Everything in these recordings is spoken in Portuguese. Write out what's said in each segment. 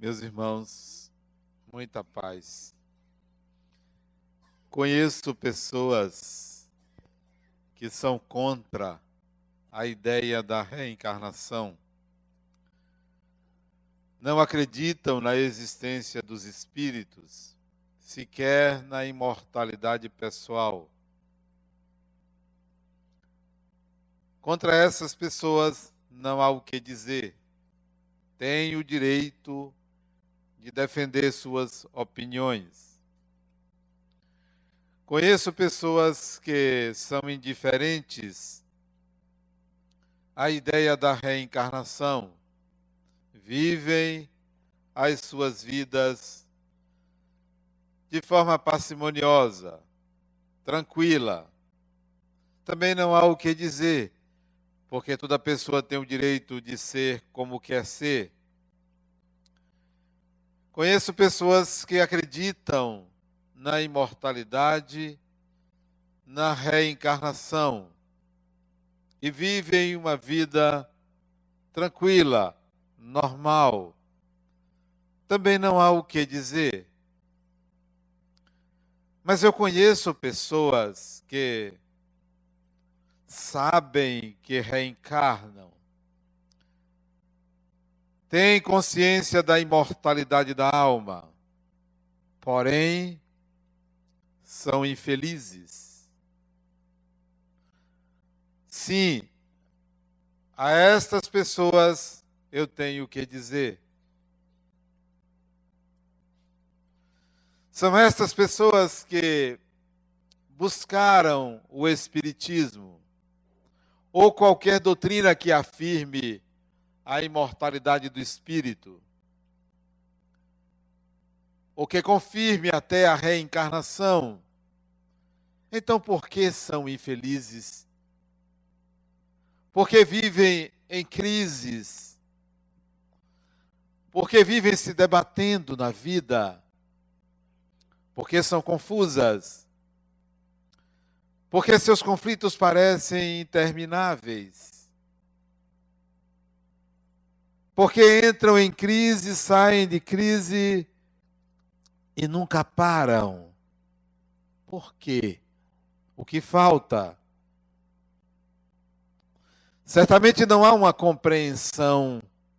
Meus irmãos, muita paz. Conheço pessoas que são contra a ideia da reencarnação. Não acreditam na existência dos espíritos, sequer na imortalidade pessoal. Contra essas pessoas não há o que dizer. Têm o direito de defender suas opiniões. Conheço pessoas que são indiferentes à ideia da reencarnação. Vivem as suas vidas de forma parcimoniosa, tranquila. Também não há o que dizer, porque toda pessoa tem o direito de ser como quer ser. Conheço pessoas que acreditam na imortalidade, na reencarnação e vivem uma vida tranquila, normal. Também não há o que dizer. Mas eu conheço pessoas que sabem que reencarnam, têm consciência da imortalidade da alma, porém são infelizes. Sim, a estas pessoas eu tenho o que dizer. São estas pessoas que buscaram o Espiritismo ou qualquer doutrina que afirme a imortalidade do espírito, ou que confirme até a reencarnação. Então, por que são infelizes? Porque vivem em crises, porque vivem se debatendo na vida, porque são confusas, porque seus conflitos parecem intermináveis, porque entram em crise, saem de crise e nunca param. Por quê? O que falta? Certamente não há uma compreensão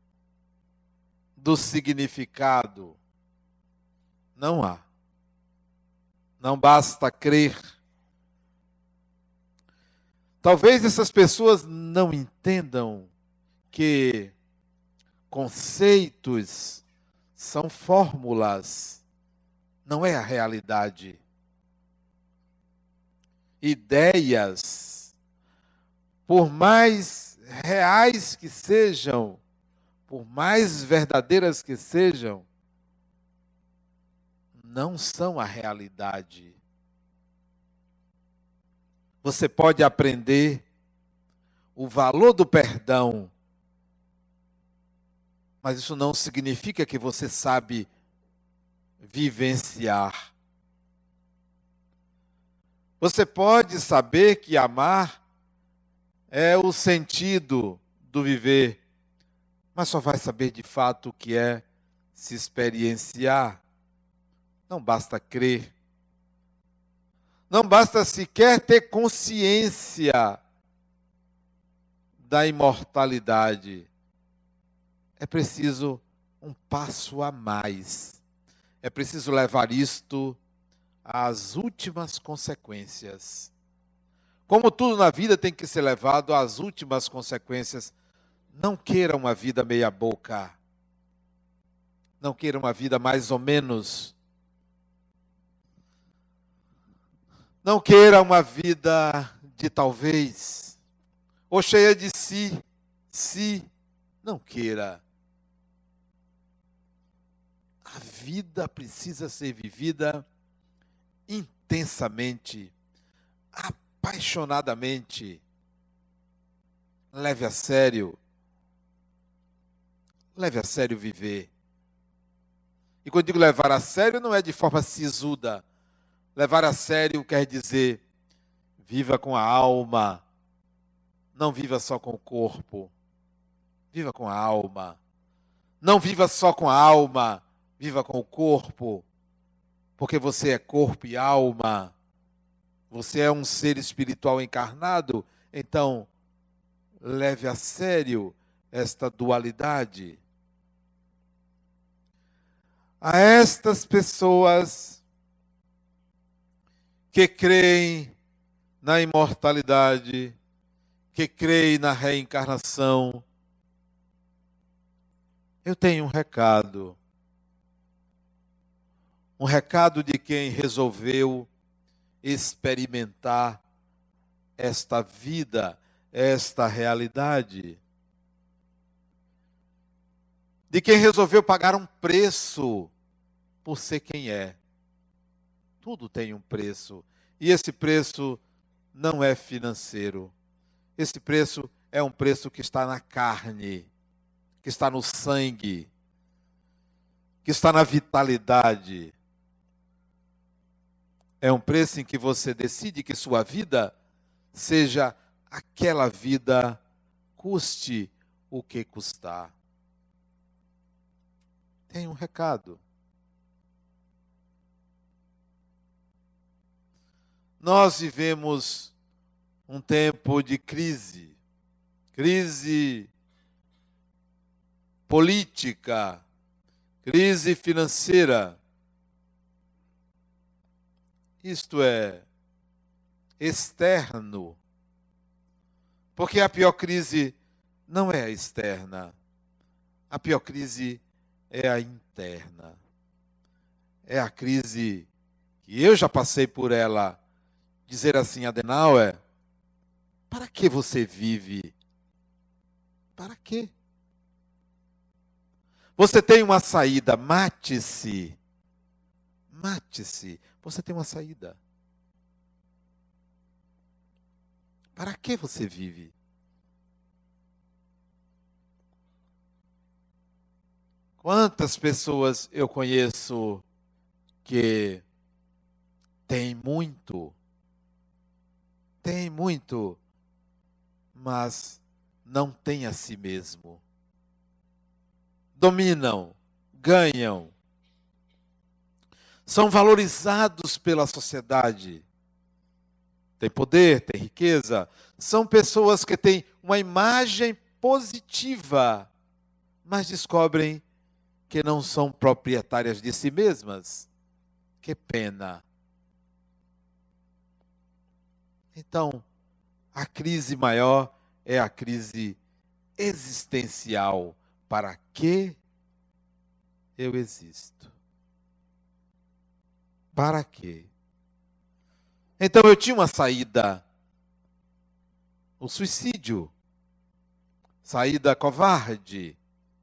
do significado. Não há. Não basta crer. Talvez essas pessoas não entendam que conceitos são fórmulas, não é a realidade. Ideias, por mais reais que sejam, por mais verdadeiras que sejam, não são a realidade. Você pode aprender o valor do perdão, mas isso não significa que você sabe vivenciar. Você pode saber que amar é o sentido do viver, mas só vai saber de fato o que é se experienciar. Não basta crer. Não basta sequer ter consciência da imortalidade. É preciso um passo a mais. É preciso levar isto às últimas consequências. Como tudo na vida tem que ser levado às últimas consequências. Não queira uma vida meia boca. Não queira uma vida mais ou menos. Não queira uma vida de talvez, ou cheia de se. Não queira. A vida precisa ser vivida intensamente, apaixonadamente. Leve a sério. Leve a sério viver. E quando digo levar a sério, não é de forma sisuda. Levar a sério quer dizer, viva com a alma. Não viva só com o corpo. Viva com a alma. Não viva só com a alma, viva com o corpo, porque você é corpo e alma. Você é um ser espiritual encarnado, então leve a sério esta dualidade. A estas pessoas que creem na imortalidade, que creem na reencarnação, eu tenho um recado. Um recado de quem resolveu experimentar esta vida, esta realidade. De quem resolveu pagar um preço por ser quem é. Tudo tem um preço. E esse preço não é financeiro. Esse preço é um preço que está na carne, que está no sangue, que está na vitalidade. É um preço em que você decide que sua vida seja aquela vida, custe o que custar. Tem um recado. Nós vivemos um tempo de crise política, crise financeira. Isto é externo. Porque a pior crise não é a externa. A pior crise é a interna. É a crise que eu já passei por ela. Dizer assim, Adenauer, para que você vive? Para quê? Você tem uma saída, mate-se. Mate-se. Você tem uma saída. Para que você vive? Quantas pessoas eu conheço que têm muito, mas não têm a si mesmo. Dominam, ganham, são valorizados pela sociedade. Tem poder, tem riqueza. São pessoas que têm uma imagem positiva, mas descobrem que não são proprietárias de si mesmas. Que pena. Então, a crise maior é a crise existencial. Para que eu existo? Para quê? Então eu tinha uma saída. O suicídio. Saída covarde.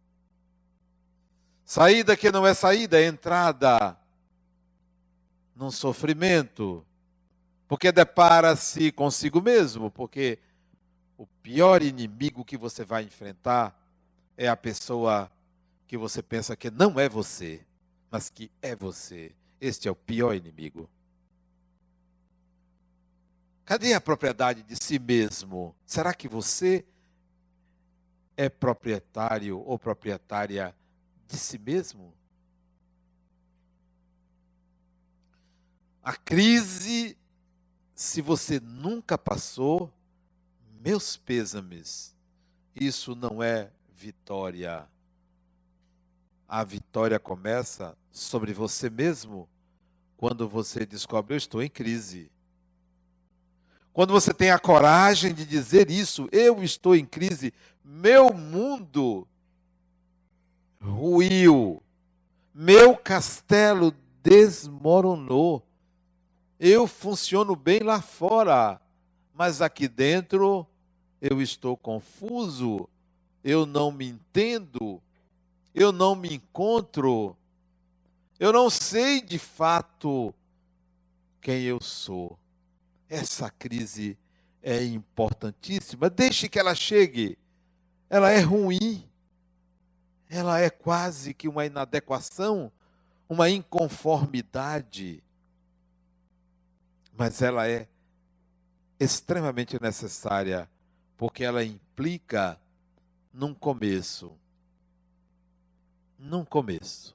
Saída que não é saída, é entrada num sofrimento. Porque depara-se consigo mesmo. Porque o pior inimigo que você vai enfrentar é a pessoa que você pensa que não é você, mas que é você. Este é o pior inimigo. Cadê a propriedade de si mesmo? Será que você é proprietário ou proprietária de si mesmo? A crise, se você nunca passou, meus pêsames, isso não é vitória. A vitória começa sobre você mesmo quando você descobre: eu estou em crise. Quando você tem a coragem de dizer isso: eu estou em crise, meu mundo ruiu, meu castelo desmoronou. Eu funciono bem lá fora, mas aqui dentro eu estou confuso, eu não me entendo, eu não me encontro, eu não sei de fato quem eu sou. Essa crise é importantíssima, deixe que ela chegue. Ela é ruim, ela é quase que uma inadequação, uma inconformidade, mas ela é extremamente necessária, porque ela implica num começo. num começo.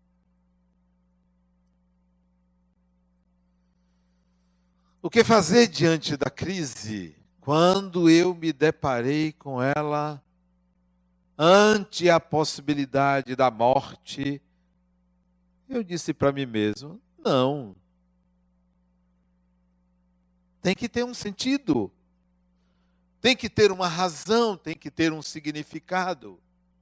O que fazer diante da crise? Quando eu me deparei com ela ante a possibilidade da morte, eu disse para mim mesmo: não. Tem que ter um sentido. Tem que ter uma razão, tem que ter um significado.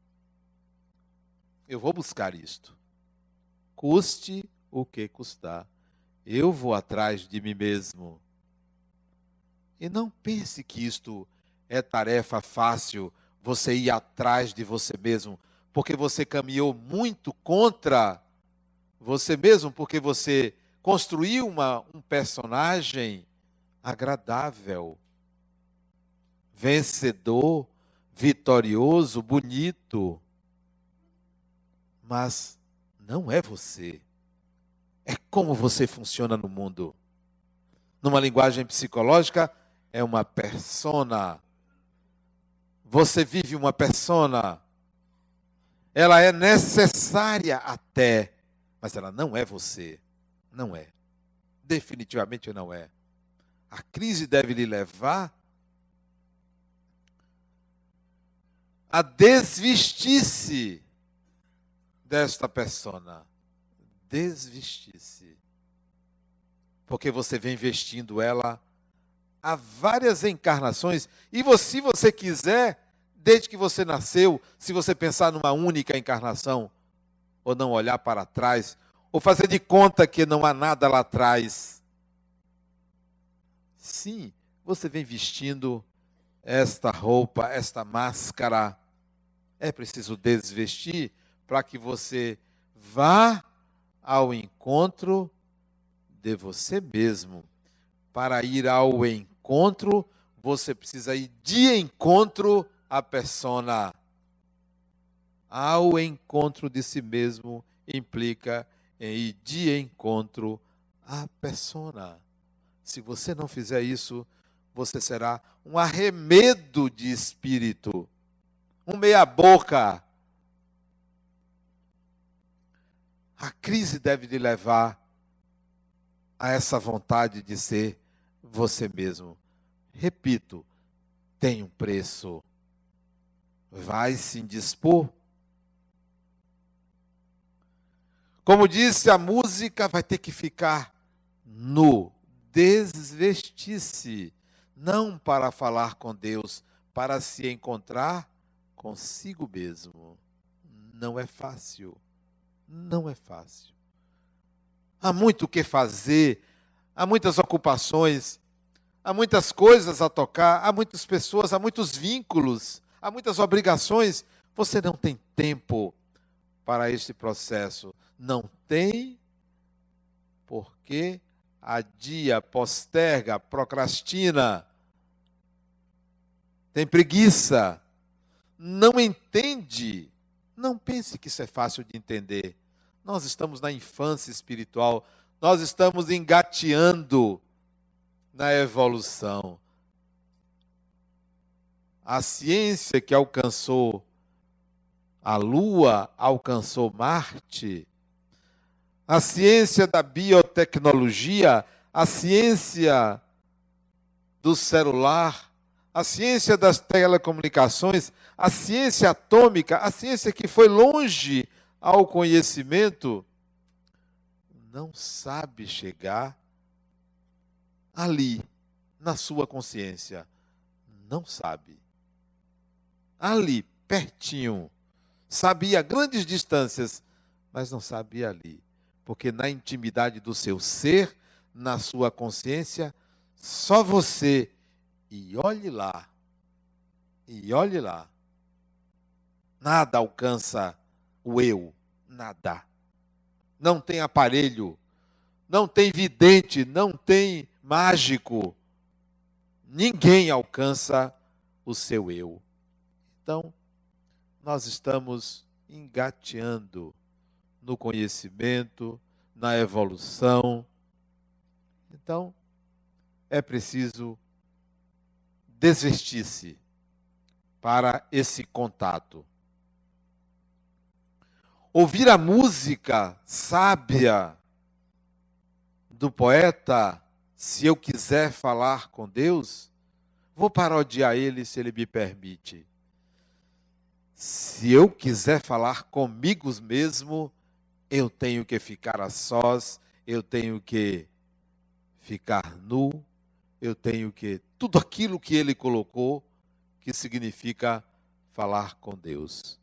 Eu vou buscar isto. Custe o que custar. Eu vou atrás de mim mesmo. E não pense que isto é tarefa fácil, você ir atrás de você mesmo, porque você caminhou muito contra você mesmo, porque você construiu um personagem agradável, vencedor, vitorioso, bonito. Mas não é você. É como você funciona no mundo. Numa linguagem psicológica, é uma persona. Você vive uma persona. Ela é necessária até, mas ela não é você. Não é. Definitivamente não é. A crise deve lhe levar a desvestir-se desta persona. Desvestir-se. Porque você vem vestindo ela há várias encarnações. E se você quiser, desde que você nasceu, se você pensar numa única encarnação, ou não olhar para trás, ou fazer de conta que não há nada lá atrás. Sim, você vem vestindo esta roupa, esta máscara. É preciso desvestir para que você vá ao encontro de você mesmo. Para ir ao encontro, você precisa ir de encontro à persona. Ao encontro de si mesmo implica em ir de encontro à persona. Se você não fizer isso, você será um arremedo de espírito, um meia-boca. A crise deve lhe levar a essa vontade de ser você mesmo. Repito, tem um preço. Vai se indispor. Como disse a música, vai ter que ficar nu, desvestir-se, não para falar com Deus, para se encontrar consigo mesmo. Não é fácil. Não é fácil. Há muito o que fazer, há muitas ocupações, há muitas coisas a tocar, há muitas pessoas, há muitos vínculos, há muitas obrigações. Você não tem tempo para este processo. Não tem, porque adia, posterga, procrastina, tem preguiça, não entende. Não pense que isso é fácil de entender. Nós estamos na infância espiritual, nós estamos engateando na evolução. A ciência que alcançou a Lua, alcançou Marte. A ciência da biotecnologia, a ciência do celular, a ciência das telecomunicações, a ciência atômica, a ciência que foi longe ao conhecimento, não sabe chegar ali, na sua consciência. Não sabe. Ali, pertinho. Sabia grandes distâncias, mas não sabia ali. Porque na intimidade do seu ser, na sua consciência, só você. E olhe lá. E olhe lá. Nada alcança o eu. Nada. Não tem aparelho. Não tem vidente. Não tem mágico. Ninguém alcança o seu eu. Então, nós estamos engateando no conhecimento, na evolução. Então, é preciso desvestir-se para esse contato. Ouvir a música sábia do poeta, se eu quiser falar com Deus, vou parodiar ele se ele me permite. Se eu quiser falar comigo mesmo, eu tenho que ficar a sós, eu tenho que ficar nu, eu tenho que... Tudo aquilo que ele colocou, que significa falar com Deus.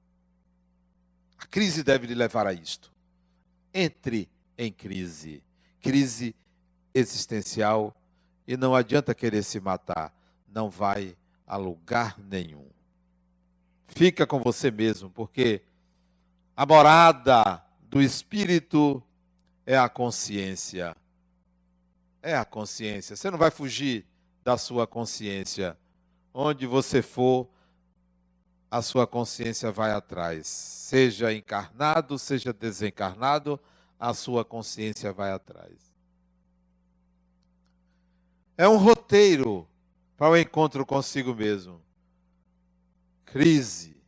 A crise deve lhe levar a isto. Entre em crise. Crise existencial, e não adianta querer se matar. Não vai a lugar nenhum. Fica com você mesmo, porque a morada do Espírito é a consciência. É a consciência. Você não vai fugir da sua consciência. Onde você for, a sua consciência vai atrás. Seja encarnado, seja desencarnado, a sua consciência vai atrás. É um roteiro para o encontro consigo mesmo. Crise.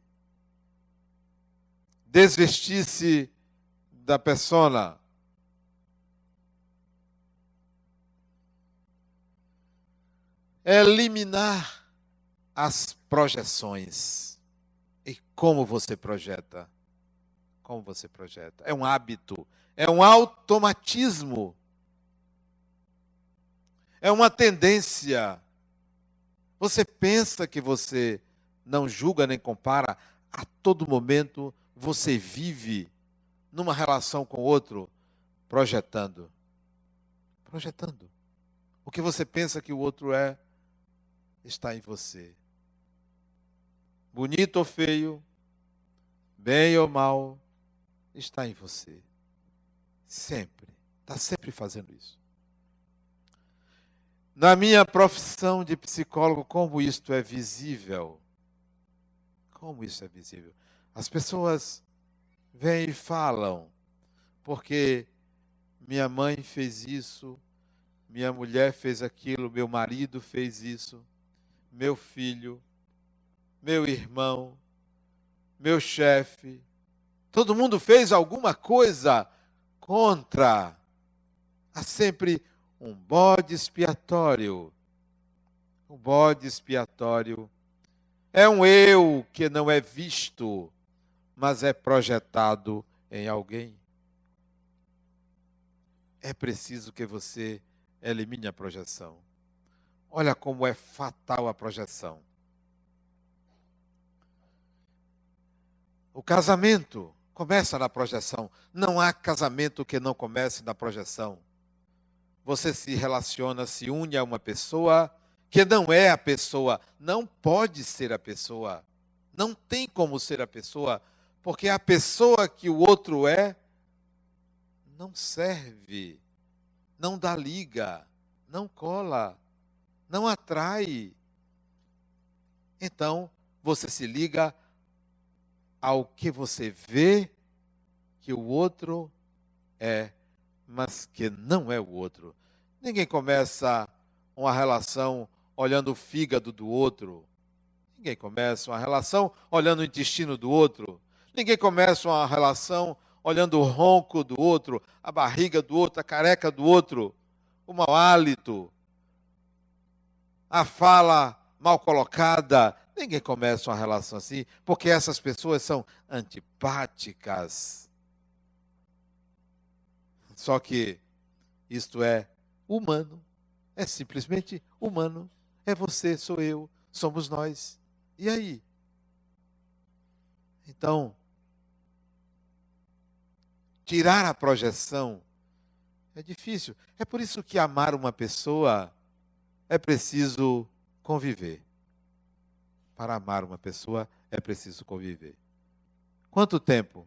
Desvestir-se da persona. Eliminar as projeções. E como você projeta? Como você projeta? É um hábito, é um automatismo. É uma tendência. Você pensa que você não julga nem compara, a todo momento você vive numa relação com o outro, projetando. Projetando. O que você pensa que o outro é, está em você. Bonito ou feio, bem ou mal, está em você. Sempre. Está sempre fazendo isso. Na minha profissão de psicólogo, como isto é visível? Como isso é visível? As pessoas vêm e falam, porque minha mãe fez isso, minha mulher fez aquilo, meu marido fez isso, meu filho, meu irmão, meu chefe, todo mundo fez alguma coisa contra. Há sempre um bode expiatório. Um bode expiatório é um eu que não é visto, mas é projetado em alguém. É preciso que você elimine a projeção. Olha como é fatal a projeção. O casamento começa na projeção. Não há casamento que não comece na projeção. Você se relaciona, se une a uma pessoa que não é a pessoa, não pode ser a pessoa, não tem como ser a pessoa, porque a pessoa que o outro é, não serve, não dá liga, não cola, não atrai. Então, você se liga ao que você vê que o outro é, mas que não é o outro. Ninguém começa uma relação olhando o fígado do outro. Ninguém começa uma relação olhando o intestino do outro. Ninguém começa uma relação olhando o ronco do outro, a barriga do outro, a careca do outro, o mau hálito, a fala mal colocada. Ninguém começa uma relação assim, porque essas pessoas são antipáticas. Só que isto é humano, é simplesmente humano. É você, sou eu, somos nós. E aí? Então, tirar a projeção é difícil. É por isso que amar uma pessoa é preciso conviver. Para amar uma pessoa é preciso conviver. Quanto tempo?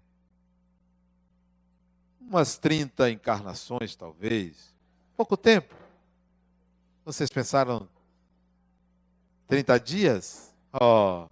Umas 30 encarnações, talvez. Pouco tempo. Vocês pensaram 30 dias? Oh.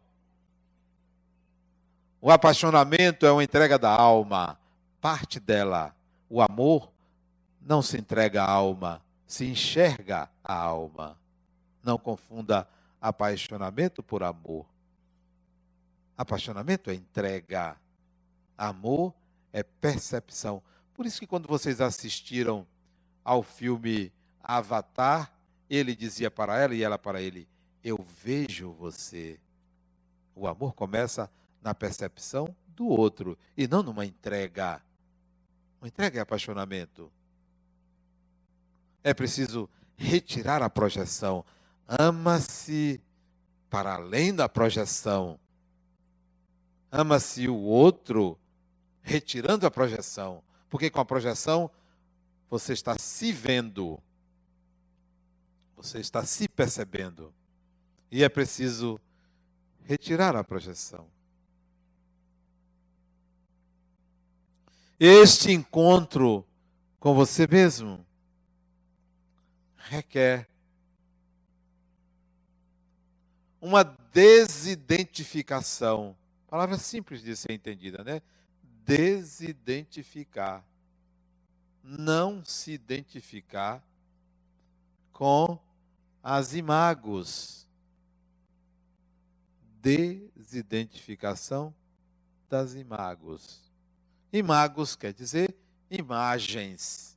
O apaixonamento é uma entrega da alma, parte dela. O amor não se entrega à alma, se enxerga a alma. Não confunda apaixonamento por amor. Apaixonamento é entrega. Amor é percepção. Por isso que quando vocês assistiram ao filme Avatar, ele dizia para ela e ela para ele: eu vejo você. O amor começa na percepção do outro e não numa entrega. Uma entrega é apaixonamento. É preciso retirar a projeção. Ama-se para além da projeção. Ama-se o outro retirando a projeção. Porque com a projeção você está se vendo. Você está se percebendo. E é preciso retirar a projeção. Este encontro com você mesmo requer uma desidentificação. Palavra simples de ser entendida, né? Desidentificar. Não se identificar com as imagos. Desidentificação das imagos. Imagos quer dizer imagens.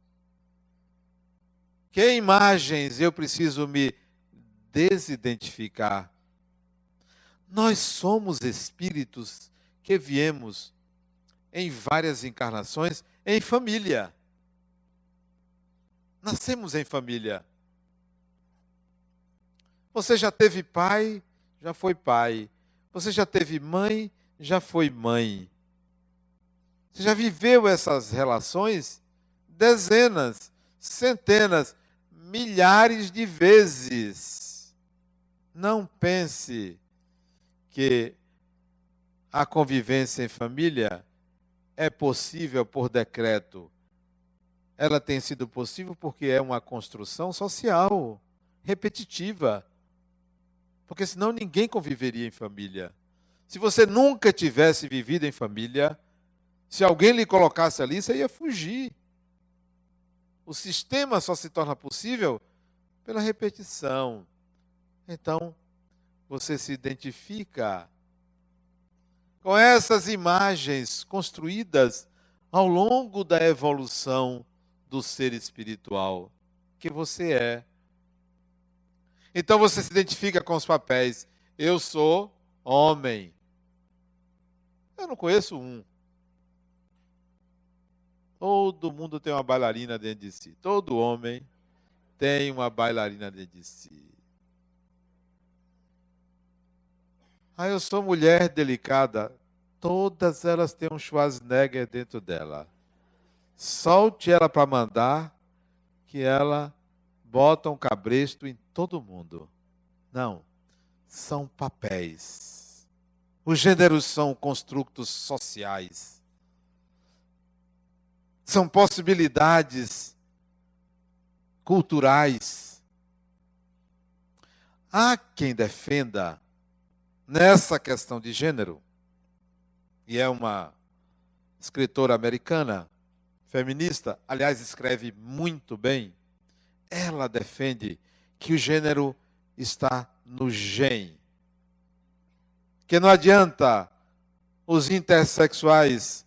Que imagens eu preciso me desidentificar? Nós somos espíritos que viemos em várias encarnações em família. Nascemos em família. Você já teve pai, já foi pai. Você já teve mãe, já foi mãe. Você já viveu essas relações dezenas, centenas, milhares de vezes. Não pense que a convivência em família é possível por decreto. Ela tem sido possível porque é uma construção social, repetitiva. Porque senão ninguém conviveria em família. Se você nunca tivesse vivido em família, se alguém lhe colocasse ali, você ia fugir. O sistema só se torna possível pela repetição. Então, você se identifica com essas imagens construídas ao longo da evolução do ser espiritual que você é. Então você se identifica com os papéis. Eu sou homem. Eu não conheço um. Todo mundo tem uma bailarina dentro de si. Todo homem tem uma bailarina dentro de si. Eu sou mulher delicada. Todas elas têm um Schwarzenegger dentro dela. Solte ela para mandar, que ela bota um cabresto em todo mundo. Não, são papéis. Os gêneros são construtos sociais. São possibilidades culturais. Há quem defenda nessa questão de gênero, e é uma escritora americana, feminista, aliás, escreve muito bem. Ela defende que o gênero está no gen. Que não adianta os intersexuais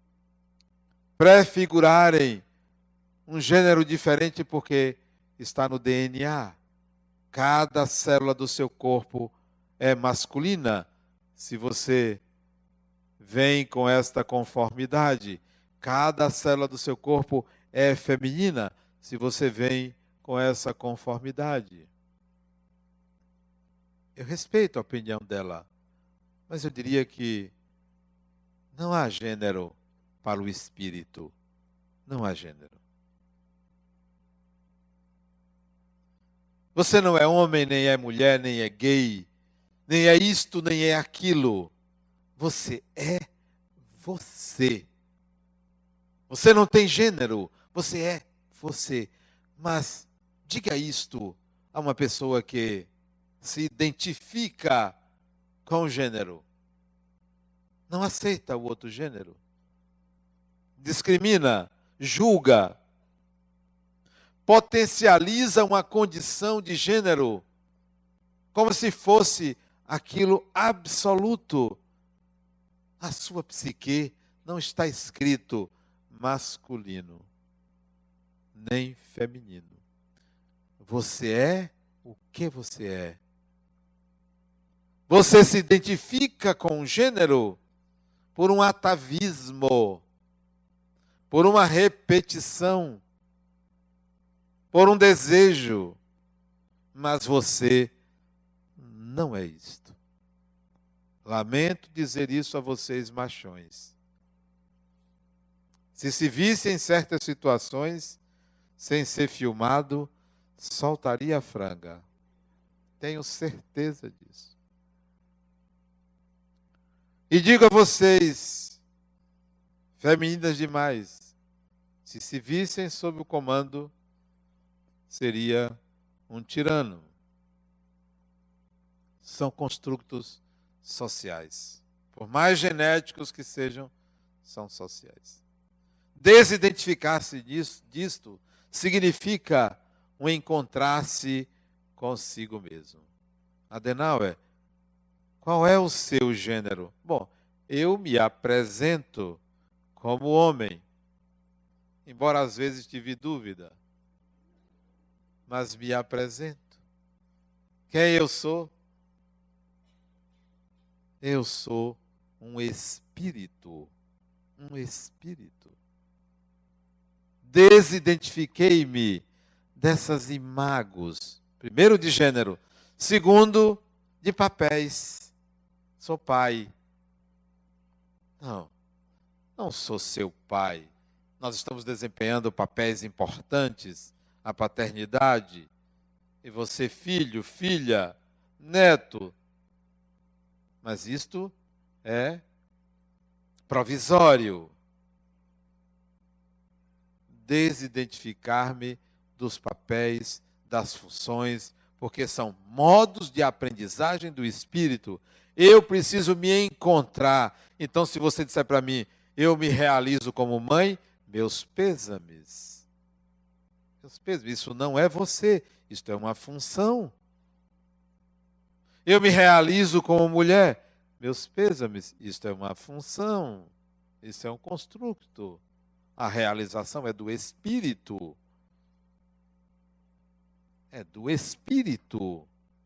prefigurarem um gênero diferente porque está no DNA. Cada célula do seu corpo é masculina. Se você vem com esta conformidade, cada célula do seu corpo é feminina. Se você vem com essa conformidade. Eu respeito a opinião dela, mas eu diria que não há gênero para o espírito. Não há gênero. Você não é homem, nem é mulher, nem é gay, nem é isto, nem é aquilo. Você é você. Você não tem gênero, você é você. Mas diga isto a uma pessoa que se identifica com o gênero. Não aceita o outro gênero. Discrimina, julga, potencializa uma condição de gênero como se fosse aquilo absoluto. A sua psique não está escrito masculino, nem feminino. Você é o que você é. Você se identifica com um gênero por um atavismo, por uma repetição, por um desejo, mas você não é isto. Lamento dizer isso a vocês, machões. Se visse em certas situações, sem ser filmado, soltaria a franga. Tenho certeza disso. E digo a vocês, femininas demais, se vissem sob o comando, seria um tirano. São construtos sociais. Por mais genéticos que sejam, são sociais. Desidentificar-se disto significa um encontrar-se consigo mesmo. Adenauer, qual é o seu gênero? Bom, eu me apresento como homem, embora às vezes tive dúvida, mas me apresento. Quem eu sou? Eu sou um espírito. Um espírito. Desidentifiquei-me dessas imagos. Primeiro, de gênero. Segundo, de papéis. Sou pai. Não sou seu pai. Nós estamos desempenhando papéis importantes. A paternidade. E você, filho, filha, neto. Mas isto é provisório. Desidentificar-me dos papéis, das funções, porque são modos de aprendizagem do espírito. Eu preciso me encontrar. Então, se você disser para mim, eu me realizo como mãe, meus pêsames. Meus pêsames. Isso não é você, isto é uma função. Eu me realizo como mulher, meus pêsames. Isto é uma função. Isso é um construto. A realização é do espírito. É do espírito.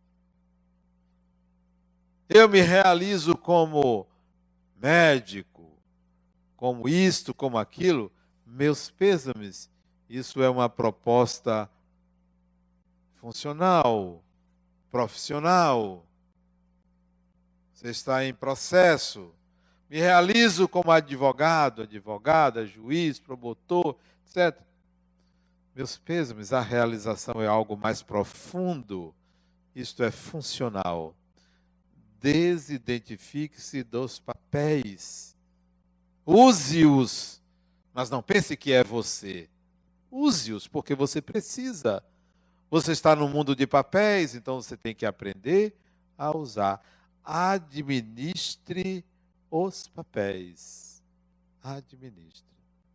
Eu me realizo como médico, como isto, como aquilo, meus pêsames. Isso é uma proposta funcional, profissional. Você está em processo. Me realizo como advogado, advogada, juiz, promotor, etc. Meus pêsames, a realização é algo mais profundo. Isto é funcional. Desidentifique-se dos papéis. Use-os, mas não pense que é você. Use-os porque você precisa. Você está no mundo de papéis, então você tem que aprender a usar. Administre os papéis. Administre.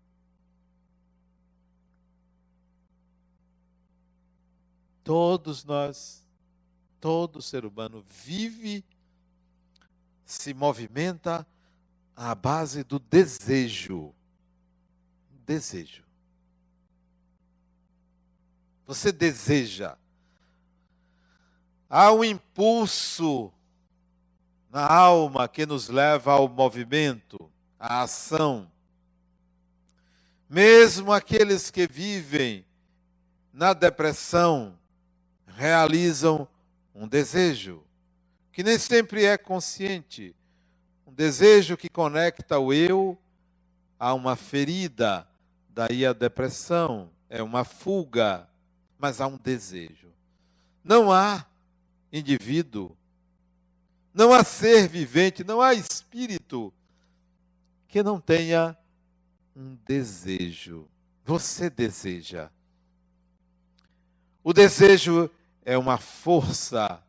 Todos nós, todo ser humano vive, se movimenta à base do desejo. Desejo. Você deseja. Há um impulso na alma que nos leva ao movimento, à ação. Mesmo aqueles que vivem na depressão realizam um desejo, que nem sempre é consciente. Um desejo que conecta o eu a uma ferida, daí a depressão, é uma fuga, mas há um desejo. Não há indivíduo, não há ser vivente, não há espírito que não tenha um desejo. Você deseja. O desejo é uma força.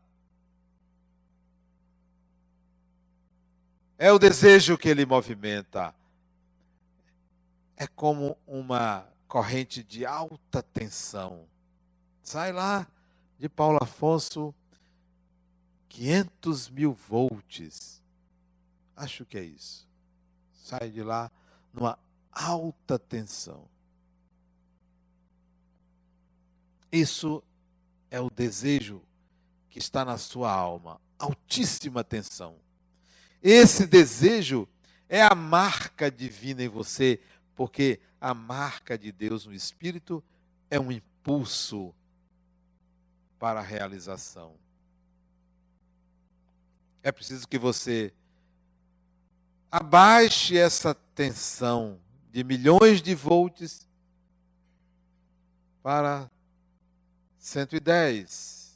É o desejo que ele movimenta. É como uma corrente de alta tensão. Sai lá de Paulo Afonso, 500 mil volts. Acho que é isso. Sai de lá numa alta tensão. Isso é o desejo que está na sua alma, altíssima tensão. Esse desejo é a marca divina em você, porque a marca de Deus no Espírito é um impulso para a realização. É preciso que você abaixe essa tensão de milhões de volts para 110,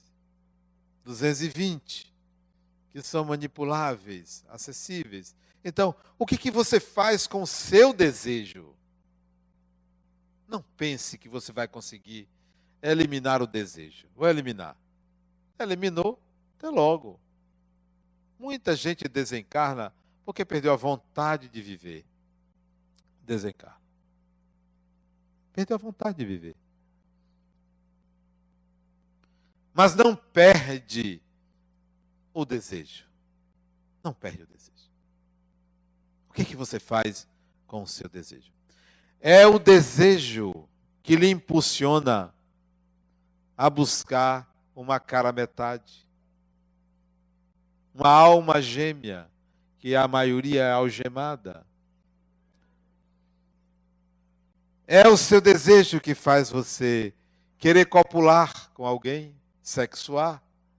220, que são manipuláveis, acessíveis. Então, o que você faz com o seu desejo? Não pense que você vai conseguir eliminar o desejo. Vou eliminar. Eliminou, até logo. Muita gente desencarna porque perdeu a vontade de viver. Desencarna. Perdeu a vontade de viver. Mas não perde o desejo. Não perde o desejo. O que você faz com o seu desejo? É o desejo que lhe impulsiona a buscar uma cara metade, uma alma gêmea, que a maioria é algemada. É o seu desejo que faz você querer copular com alguém, sexuar.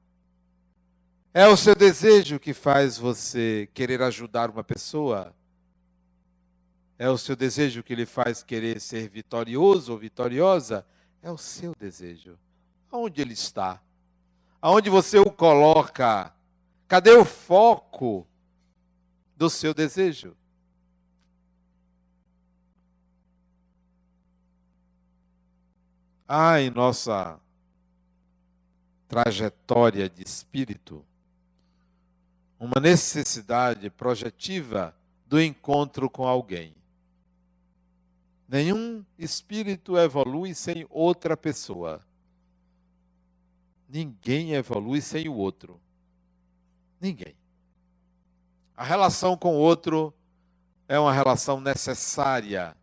É o seu desejo que faz você querer ajudar uma pessoa. É o seu desejo que lhe faz querer ser vitorioso ou vitoriosa. É o seu desejo. Aonde ele está? Aonde você o coloca? Cadê o foco do seu desejo? Há em nossa trajetória de espírito uma necessidade projetiva do encontro com alguém. Nenhum espírito evolui sem outra pessoa. Ninguém evolui sem o outro. Ninguém. A relação com o outro é uma relação necessária.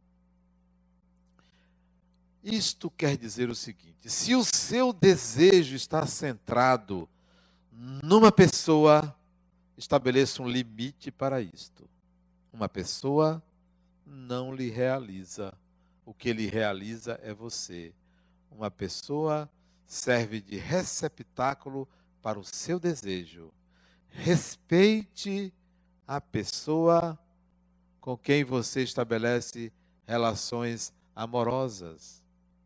Isto quer dizer o seguinte: se o seu desejo está centrado numa pessoa, estabeleça um limite para isto. Uma pessoa não lhe realiza. O que lhe realiza é você. Uma pessoa serve de receptáculo para o seu desejo. Respeite a pessoa com quem você estabelece relações amorosas.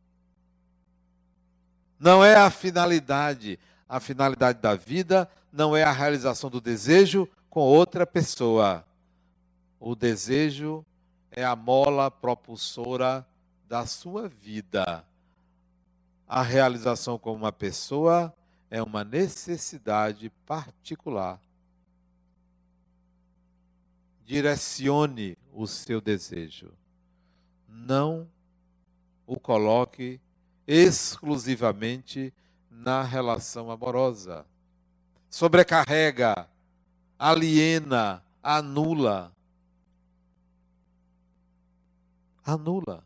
Não é a finalidade. A finalidade da vida não é a realização do desejo com outra pessoa. O desejo é a mola propulsora da sua vida. A realização com uma pessoa é uma necessidade particular. Direcione o seu desejo. Não o coloque exclusivamente na relação amorosa. Sobrecarrega, aliena, anula. Anula.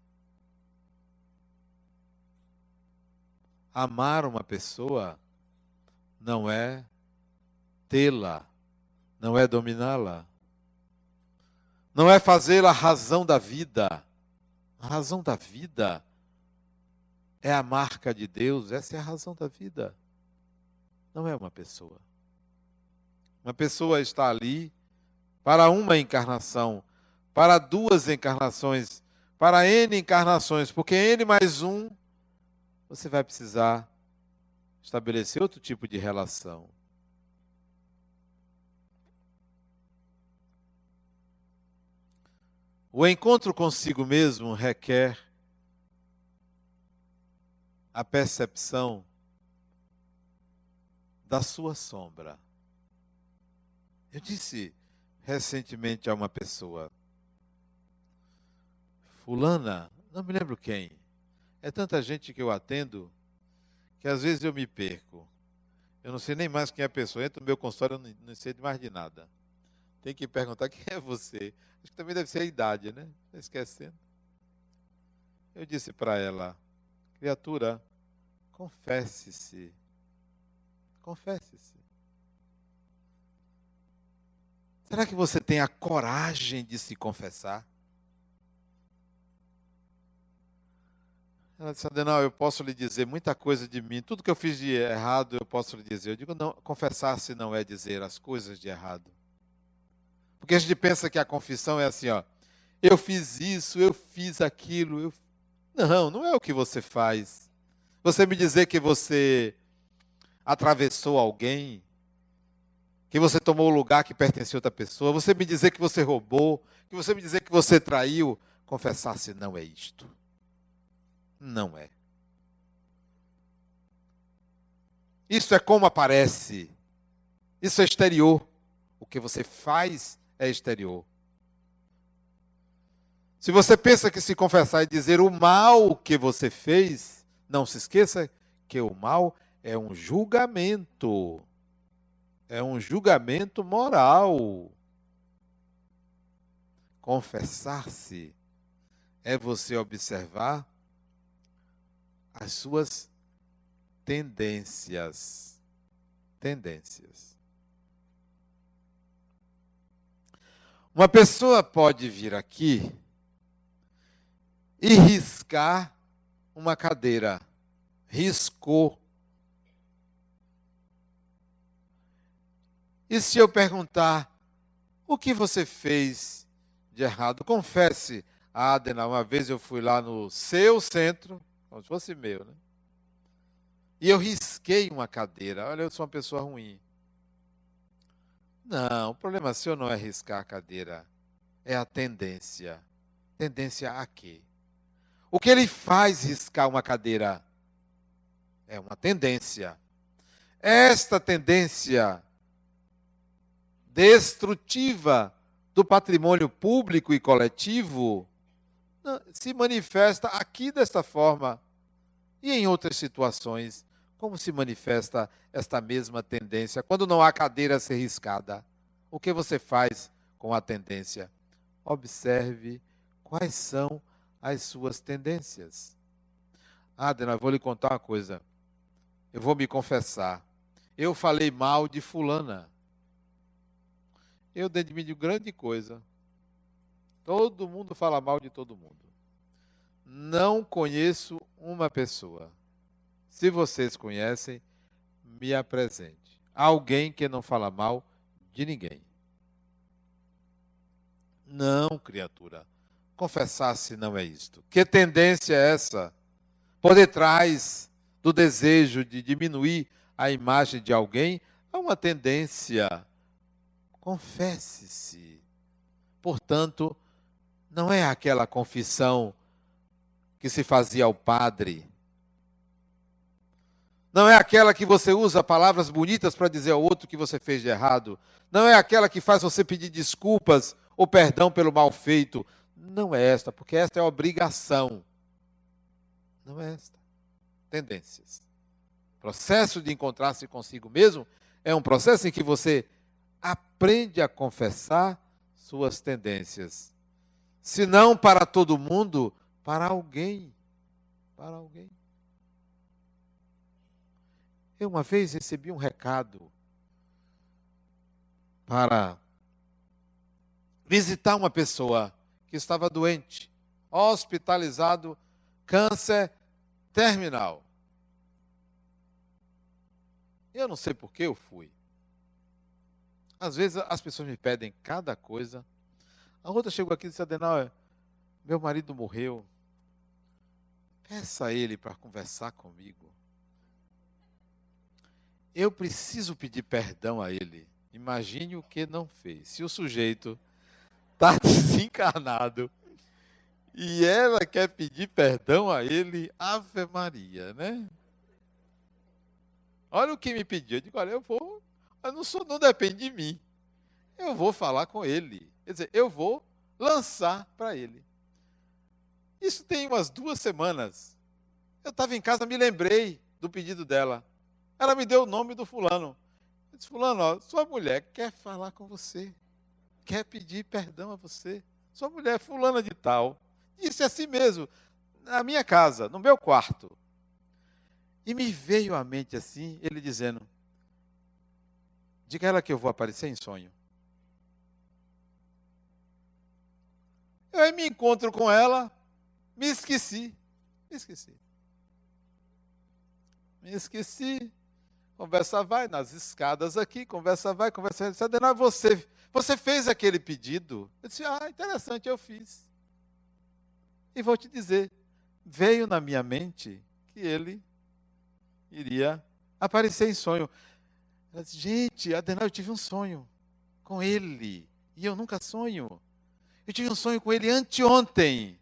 Amar uma pessoa não é tê-la, não é dominá-la, não é fazê-la a razão da vida. A razão da vida é a marca de Deus, essa é a razão da vida. Não é uma pessoa. Uma pessoa está ali para uma encarnação, para duas encarnações, para N encarnações, porque N mais um, você vai precisar estabelecer outro tipo de relação. O encontro consigo mesmo requer a percepção da sua sombra. Eu disse recentemente a uma pessoa, fulana, não me lembro quem, é tanta gente que eu atendo, que às vezes eu me perco. Eu não sei nem mais quem é a pessoa, entra no meu consultório, eu não sei mais de nada. Tem que perguntar quem é você. Acho que também deve ser a idade, né? Está esquecendo. Eu disse para ela, criatura, confesse-se. Confesse-se. Será que você tem a coragem de se confessar? Ela disse, Adenal, eu posso lhe dizer muita coisa de mim. Tudo que eu fiz de errado, eu posso lhe dizer. Eu digo, não, confessar-se não é dizer as coisas de errado. Porque a gente pensa que a confissão é assim, ó. Eu fiz isso, eu fiz aquilo. Não, não é o que você faz. Você me dizer que você atravessou alguém, que você tomou o lugar que pertencia a outra pessoa, você me dizer que você roubou, que você me dizer que você traiu, confessar-se não é isto. Não é. Isso é como aparece. Isso é exterior. O que você faz é exterior. Se você pensa que se confessar e dizer o mal que você fez, não se esqueça que o mal é um julgamento. É um julgamento moral. Confessar-se é você observar as suas tendências. Tendências. Uma pessoa pode vir aqui e riscar uma cadeira. Riscou. E se eu perguntar, o que você fez de errado? Confesse, Adena, uma vez eu fui lá no seu centro, como se fosse meu, né? E eu risquei uma cadeira. Olha, eu sou uma pessoa ruim. Não, o problema seu não é riscar a cadeira. É a tendência. Tendência a quê? O que ele faz riscar uma cadeira? É uma tendência. Esta tendência destrutiva do patrimônio público e coletivo se manifesta aqui desta forma e em outras situações. Como se manifesta esta mesma tendência quando não há cadeira a ser riscada? O que você faz com a tendência? Observe quais são as suas tendências. Adena, eu vou lhe contar uma coisa. Eu vou me confessar. Eu falei mal de fulana. Eu dentro de mim digo grande coisa. Todo mundo fala mal de todo mundo. Não conheço uma pessoa. Se vocês conhecem, me apresente. Alguém que não fala mal de ninguém. Não, criatura. Confessar-se não é isto. Que tendência é essa? Por detrás do desejo de diminuir a imagem de alguém, há uma tendência. Confesse-se. Portanto, não é aquela confissão que se fazia ao padre. Não é aquela que você usa palavras bonitas para dizer ao outro que você fez de errado. Não é aquela que faz você pedir desculpas ou perdão pelo mal feito. Não é esta, porque esta é a obrigação. Não é esta. Tendências. O processo de encontrar-se consigo mesmo é um processo em que você aprende a confessar suas tendências. Se não para todo mundo, para alguém. Para alguém. Eu uma vez recebi um recado para visitar uma pessoa que estava doente, hospitalizado, câncer terminal. Eu não sei por que eu fui. Às vezes as pessoas me pedem cada coisa. A outra chegou aqui e disse, Adenal, meu marido morreu. Peça a ele para conversar comigo. Eu preciso pedir perdão a ele. Imagine o que não fez. Se o sujeito está desencarnado e ela quer pedir perdão a ele, Ave Maria, né? Olha o que me pediu. Eu digo, olha, não depende de mim. Eu vou falar com ele. Quer dizer, eu vou lançar para ele. Isso tem umas 2 semanas. Eu estava em casa, me lembrei do pedido dela. Ela me deu o nome do fulano. Eu disse, fulano, ó, sua mulher quer falar com você. quer pedir perdão a você. Sua mulher, fulana de tal, disse assim mesmo, na minha casa, no meu quarto. E me veio à mente assim, ele dizendo, diga a ela que eu vou aparecer em sonho. Eu aí me encontro com ela, me esqueci. Me esqueci. Conversa vai nas escadas aqui, conversa vai, conversa vai. Adenauer, você fez aquele pedido? Eu disse, interessante, eu fiz. E vou te dizer, veio na minha mente que ele iria aparecer em sonho. Eu disse, gente, Adenauer, eu tive um sonho com ele. E eu nunca sonho. Eu tive um sonho com ele anteontem.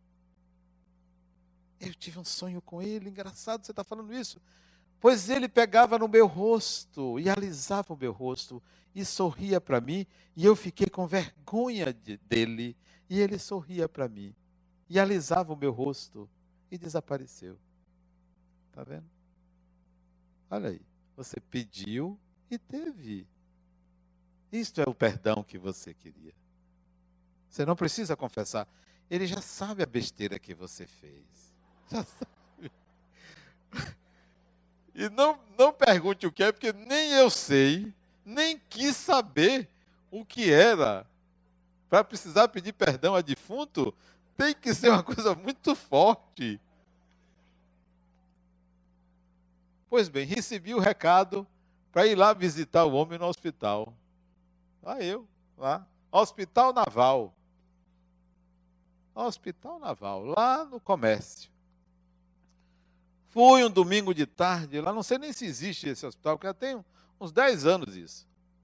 Eu tive um sonho com ele, engraçado você está falando isso. Pois ele pegava no meu rosto e alisava o meu rosto e sorria para mim, e eu fiquei com vergonha dele, e ele sorria para mim e alisava o meu rosto e desapareceu. Está vendo? Olha aí, você pediu e teve. Isto é o perdão que você queria. Você não precisa confessar. Ele já sabe a besteira que você fez. Já sabe. E não pergunte o que é, porque nem eu sei, nem quis saber o que era. Para precisar pedir perdão a defunto, tem que ser uma coisa muito forte. Pois bem, recebi o recado para ir lá visitar o homem no hospital. Lá. Hospital Naval. Hospital Naval, lá no comércio. Fui um domingo de tarde, lá não sei nem se existe esse hospital, porque já tem uns 10 anos isso.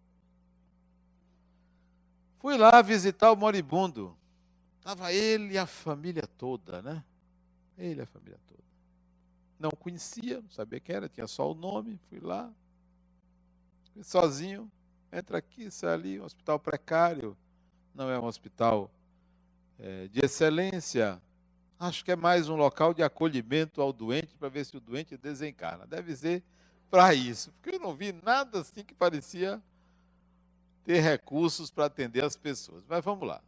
Fui lá visitar o moribundo. Estava ele e a família toda, né? Ele e a família toda. Não conhecia, não sabia quem era, tinha só o nome, fui lá. Fui sozinho, entra aqui, sai ali, um hospital precário. Não é um hospital de excelência. Acho que é mais um local de acolhimento ao doente, para ver se o doente desencarna. Deve ser para isso, porque eu não vi nada assim que parecia ter recursos para atender as pessoas. Mas vamos lá.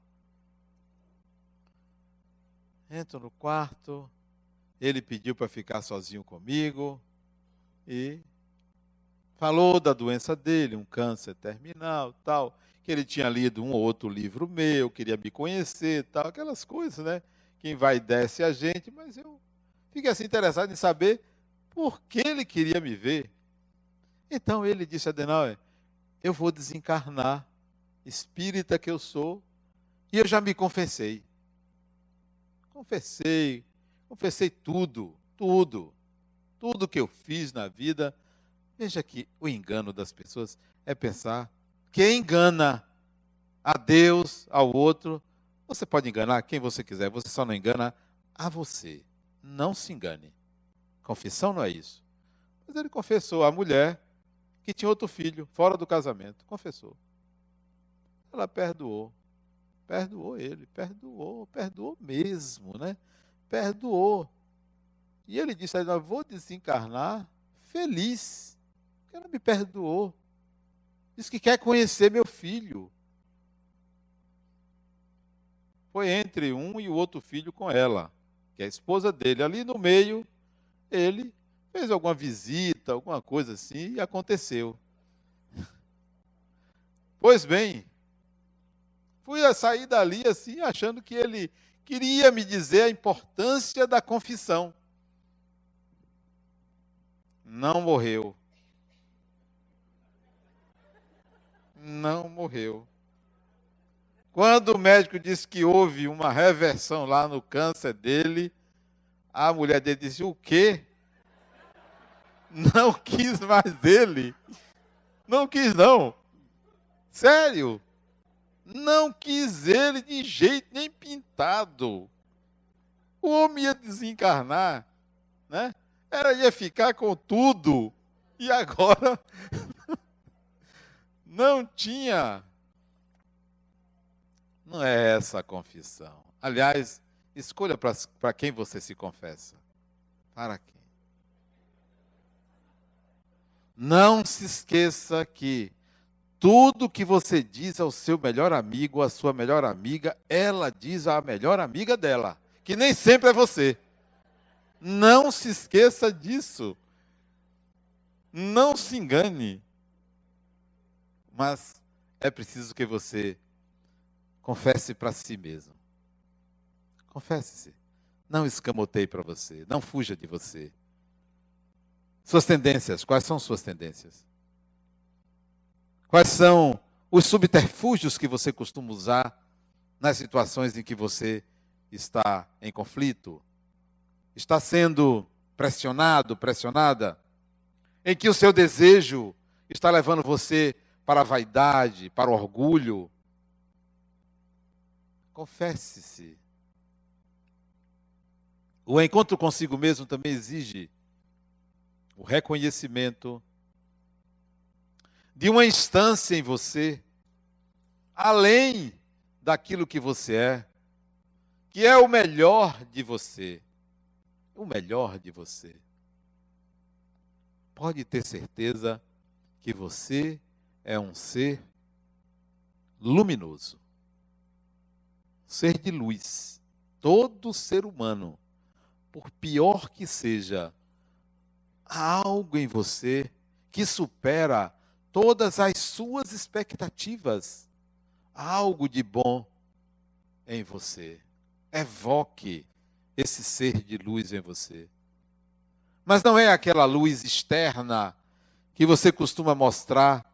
Entro no quarto, ele pediu para ficar sozinho comigo e falou da doença dele, um câncer terminal, tal, que ele tinha lido um ou outro livro meu, queria me conhecer, tal, aquelas coisas, né? Quem vai e desce a gente, mas eu fiquei assim interessado em saber por que ele queria me ver. Então ele disse, Adenauer, eu vou desencarnar, espírita que eu sou, e eu já me confessei. Confessei tudo que eu fiz na vida. Veja que o engano das pessoas é pensar que engana a Deus, ao outro. Você pode enganar quem você quiser, você só não engana a você. Não se engane. Confissão não é isso. Mas ele confessou à mulher que tinha outro filho, fora do casamento. Confessou. Ela perdoou. Perdoou ele, perdoou mesmo, né? Perdoou. E ele disse, eu vou desencarnar feliz, porque ela me perdoou. Diz que quer conhecer meu filho. Foi entre um e o outro filho com ela, que é a esposa dele. Ali no meio, ele fez alguma visita, alguma coisa assim, e aconteceu. Pois bem, fui a sair dali assim, achando que ele queria me dizer a importância da confissão. Não morreu. Não morreu. Quando o médico disse que houve uma reversão lá no câncer dele, a mulher dele disse, o quê? Não quis mais ele. Não quis, não. Sério. Não quis ele de jeito nem pintado. O homem ia desencarnar, né? Ia ficar com tudo. E agora não tinha. Não é essa a confissão. Aliás, escolha para quem você se confessa. Para quem? Não se esqueça que Tudo que você diz ao seu melhor amigo, à sua melhor amiga, ela diz à melhor amiga dela, que nem sempre é você. Não se esqueça disso. Não se engane. Mas é preciso que você confesse para si mesmo. Confesse-se. Não escamoteie para você. Não fuja de você. Suas tendências. Quais são suas tendências? Quais são os subterfúgios que você costuma usar nas situações em que você está em conflito? Está sendo pressionado, pressionada? Em que o seu desejo está levando você para a vaidade, para o orgulho? Confesse-se. O encontro consigo mesmo também exige o reconhecimento de uma instância em você, além daquilo que você é, que é o melhor de você. O melhor de você. Pode ter certeza que você é um ser luminoso. Ser de luz. Todo ser humano, por pior que seja, há algo em você que supera todas as suas expectativas. Há algo de bom em você. Evoque esse ser de luz em você. Mas não é aquela luz externa que você costuma mostrar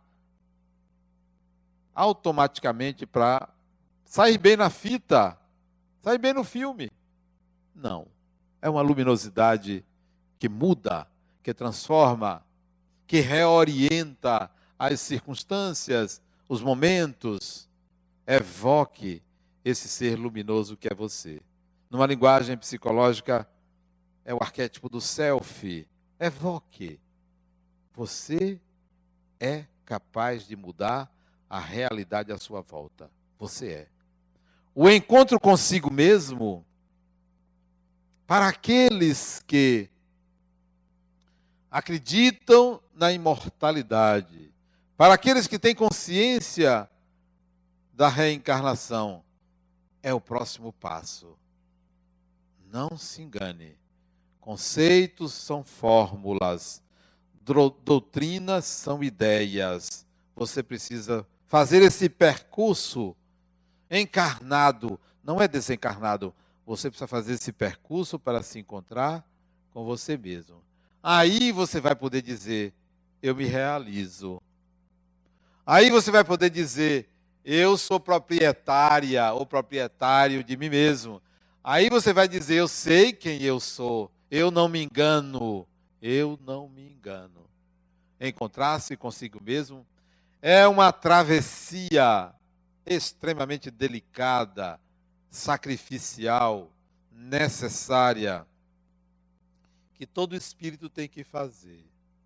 automaticamente para sair bem na fita, sair bem no filme. Não. É uma luminosidade que muda, que transforma, que reorienta as circunstâncias, os momentos. Evoque esse ser luminoso que é você. Numa linguagem psicológica, é o arquétipo do self. Evoque. Você é capaz de mudar a realidade à sua volta. Você é. O encontro consigo mesmo, para aqueles que acreditam na imortalidade, para aqueles que têm consciência da reencarnação, é o próximo passo. Não se engane. Conceitos são fórmulas, doutrinas são ideias. Você precisa fazer esse percurso encarnado, não é desencarnado. Você precisa fazer esse percurso para se encontrar com você mesmo. Aí você vai poder dizer, eu me realizo. Aí você vai poder dizer, eu sou proprietária ou proprietário de mim mesmo. Aí você vai dizer, eu sei quem eu sou, eu não me engano, eu não me engano. Encontrar-se consigo mesmo é uma travessia extremamente delicada, sacrificial, necessária, que todo espírito tem que fazer.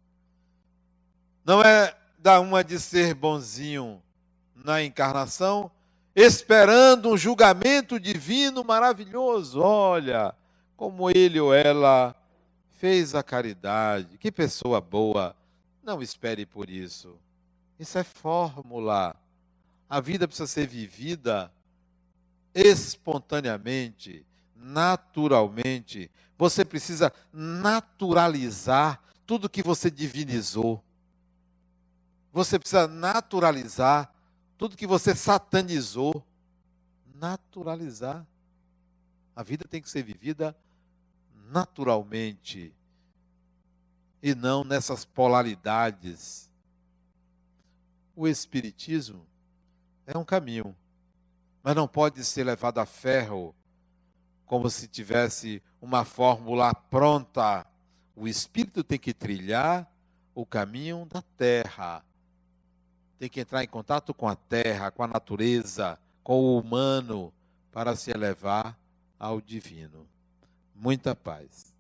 Não é dar uma de ser bonzinho na encarnação, esperando um julgamento divino maravilhoso. Olha, como ele ou ela fez a caridade, que pessoa boa. Não espere por isso. Isso é fórmula. A vida precisa ser vivida espontaneamente, naturalmente. Você precisa naturalizar tudo que você divinizou. Você precisa naturalizar tudo que você satanizou. Naturalizar. A vida tem que ser vivida naturalmente e não nessas polaridades. O Espiritismo é um caminho, mas não pode ser levado a ferro como se tivesse uma fórmula pronta. O Espírito tem que trilhar o caminho da terra. Tem que entrar em contato com a terra, com a natureza, com o humano, para se elevar ao divino. Muita paz.